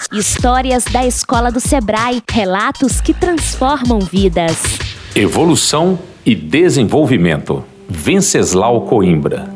Histórias da Escola do Sebrae, relatos que transformam vidas. Evolução e desenvolvimento. Venceslau Coimbra.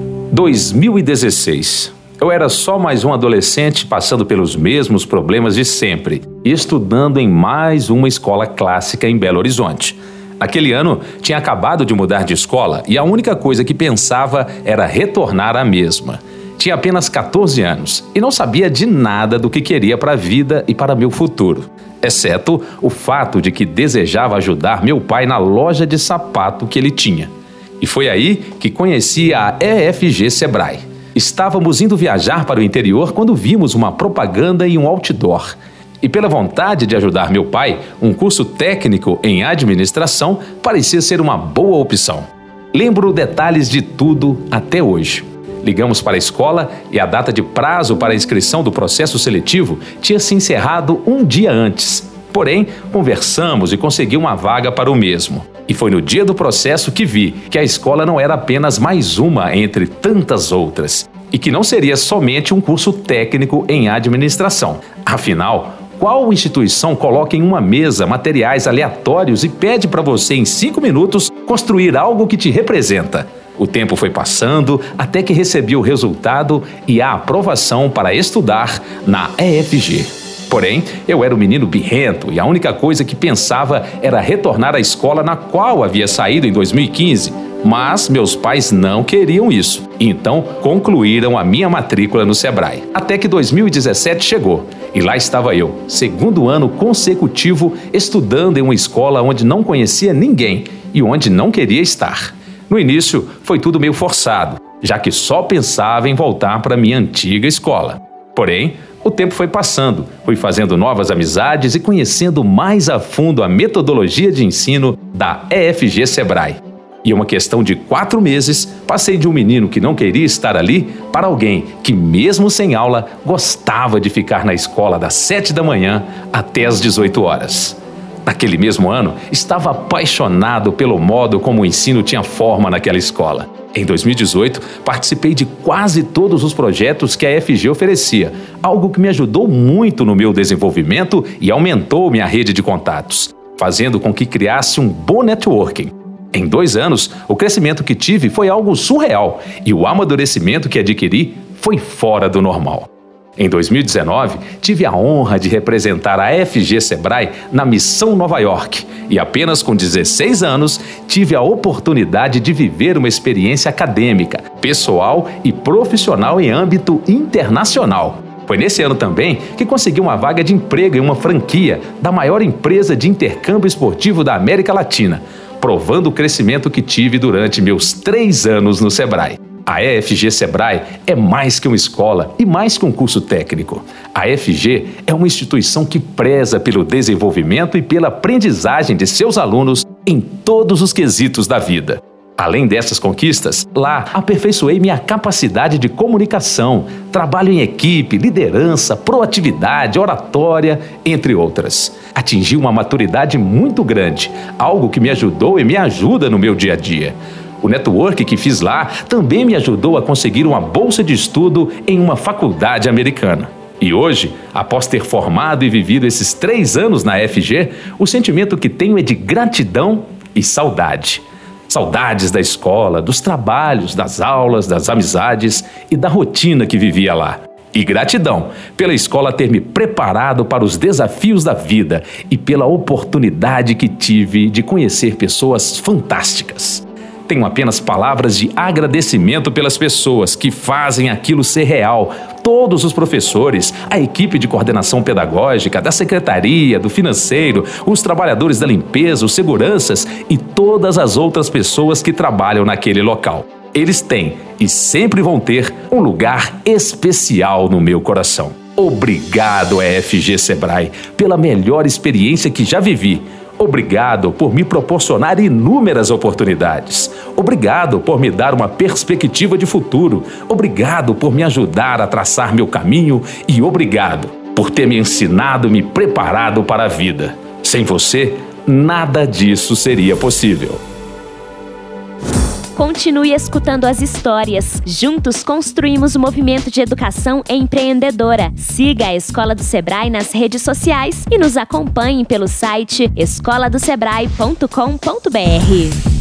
2016. Eu era só mais um adolescente passando pelos mesmos problemas de sempre, estudando em mais uma escola clássica em Belo Horizonte. Naquele ano, tinha acabado de mudar de escola e a única coisa que pensava era retornar à mesma. Tinha apenas 14 anos e não sabia de nada do que queria para a vida e para meu futuro, exceto o fato de que desejava ajudar meu pai na loja de sapato que ele tinha. E foi aí que conheci a EFG Sebrae. Estávamos indo viajar para o interior quando vimos uma propaganda em um outdoor. E pela vontade de ajudar meu pai, um curso técnico em administração parecia ser uma boa opção. Lembro detalhes de tudo até hoje. Ligamos para a escola e a data de prazo para a inscrição do processo seletivo tinha se encerrado um dia antes. Porém, conversamos e consegui uma vaga para o mesmo. E foi no dia do processo que vi que a escola não era apenas mais uma entre tantas outras. E que não seria somente um curso técnico em administração. Afinal, qual instituição coloca em uma mesa materiais aleatórios e pede para você, em 5 minutos, construir algo que te representa? O tempo foi passando até que recebi o resultado e a aprovação para estudar na EFG. Porém, eu era um menino birrento e a única coisa que pensava era retornar à escola na qual havia saído em 2015. Mas meus pais não queriam isso, então concluíram a minha matrícula no Sebrae. Até que 2017 chegou e lá estava eu, segundo ano consecutivo, estudando em uma escola onde não conhecia ninguém e onde não queria estar. No início, foi tudo meio forçado, já que só pensava em voltar para minha antiga escola. Porém, o tempo foi passando, fui fazendo novas amizades e conhecendo mais a fundo a metodologia de ensino da EFG Sebrae. E em uma questão de 4 meses, passei de um menino que não queria estar ali para alguém que, mesmo sem aula, gostava de ficar na escola das 7 da manhã até as 18 horas. Naquele mesmo ano, estava apaixonado pelo modo como o ensino tinha forma naquela escola. Em 2018, participei de quase todos os projetos que a EFG oferecia, algo que me ajudou muito no meu desenvolvimento e aumentou minha rede de contatos, fazendo com que criasse um bom networking. Em 2 anos, o crescimento que tive foi algo surreal e o amadurecimento que adquiri foi fora do normal. Em 2019, tive a honra de representar a EFG Sebrae na Missão Nova York e apenas com 16 anos tive a oportunidade de viver uma experiência acadêmica, pessoal e profissional em âmbito internacional. Foi nesse ano também que consegui uma vaga de emprego em uma franquia da maior empresa de intercâmbio esportivo da América Latina, provando o crescimento que tive durante meus 3 anos no Sebrae. A EFG Sebrae é mais que uma escola e mais que um curso técnico. A EFG é uma instituição que preza pelo desenvolvimento e pela aprendizagem de seus alunos em todos os quesitos da vida. Além dessas conquistas, lá aperfeiçoei minha capacidade de comunicação, trabalho em equipe, liderança, proatividade, oratória, entre outras. Atingi uma maturidade muito grande, algo que me ajudou e me ajuda no meu dia a dia. O network que fiz lá também me ajudou a conseguir uma bolsa de estudo em uma faculdade americana. E hoje, após ter formado e vivido esses 3 anos na EFG, o sentimento que tenho é de gratidão e saudade. Saudades da escola, dos trabalhos, das aulas, das amizades e da rotina que vivia lá. E gratidão pela escola ter me preparado para os desafios da vida e pela oportunidade que tive de conhecer pessoas fantásticas. Tenho apenas palavras de agradecimento pelas pessoas que fazem aquilo ser real. Todos os professores, a equipe de coordenação pedagógica, da secretaria, do financeiro, os trabalhadores da limpeza, os seguranças e todas as outras pessoas que trabalham naquele local. Eles têm e sempre vão ter um lugar especial no meu coração. Obrigado, EFG Sebrae, pela melhor experiência que já vivi. Obrigado por me proporcionar inúmeras oportunidades. Obrigado por me dar uma perspectiva de futuro. Obrigado por me ajudar a traçar meu caminho e obrigado por ter me ensinado e me preparado para a vida. Sem você, nada disso seria possível. Continue escutando as histórias. Juntos construímos o movimento de educação empreendedora. Siga a Escola do Sebrae nas redes sociais e nos acompanhe pelo site escoladosebrae.com.br.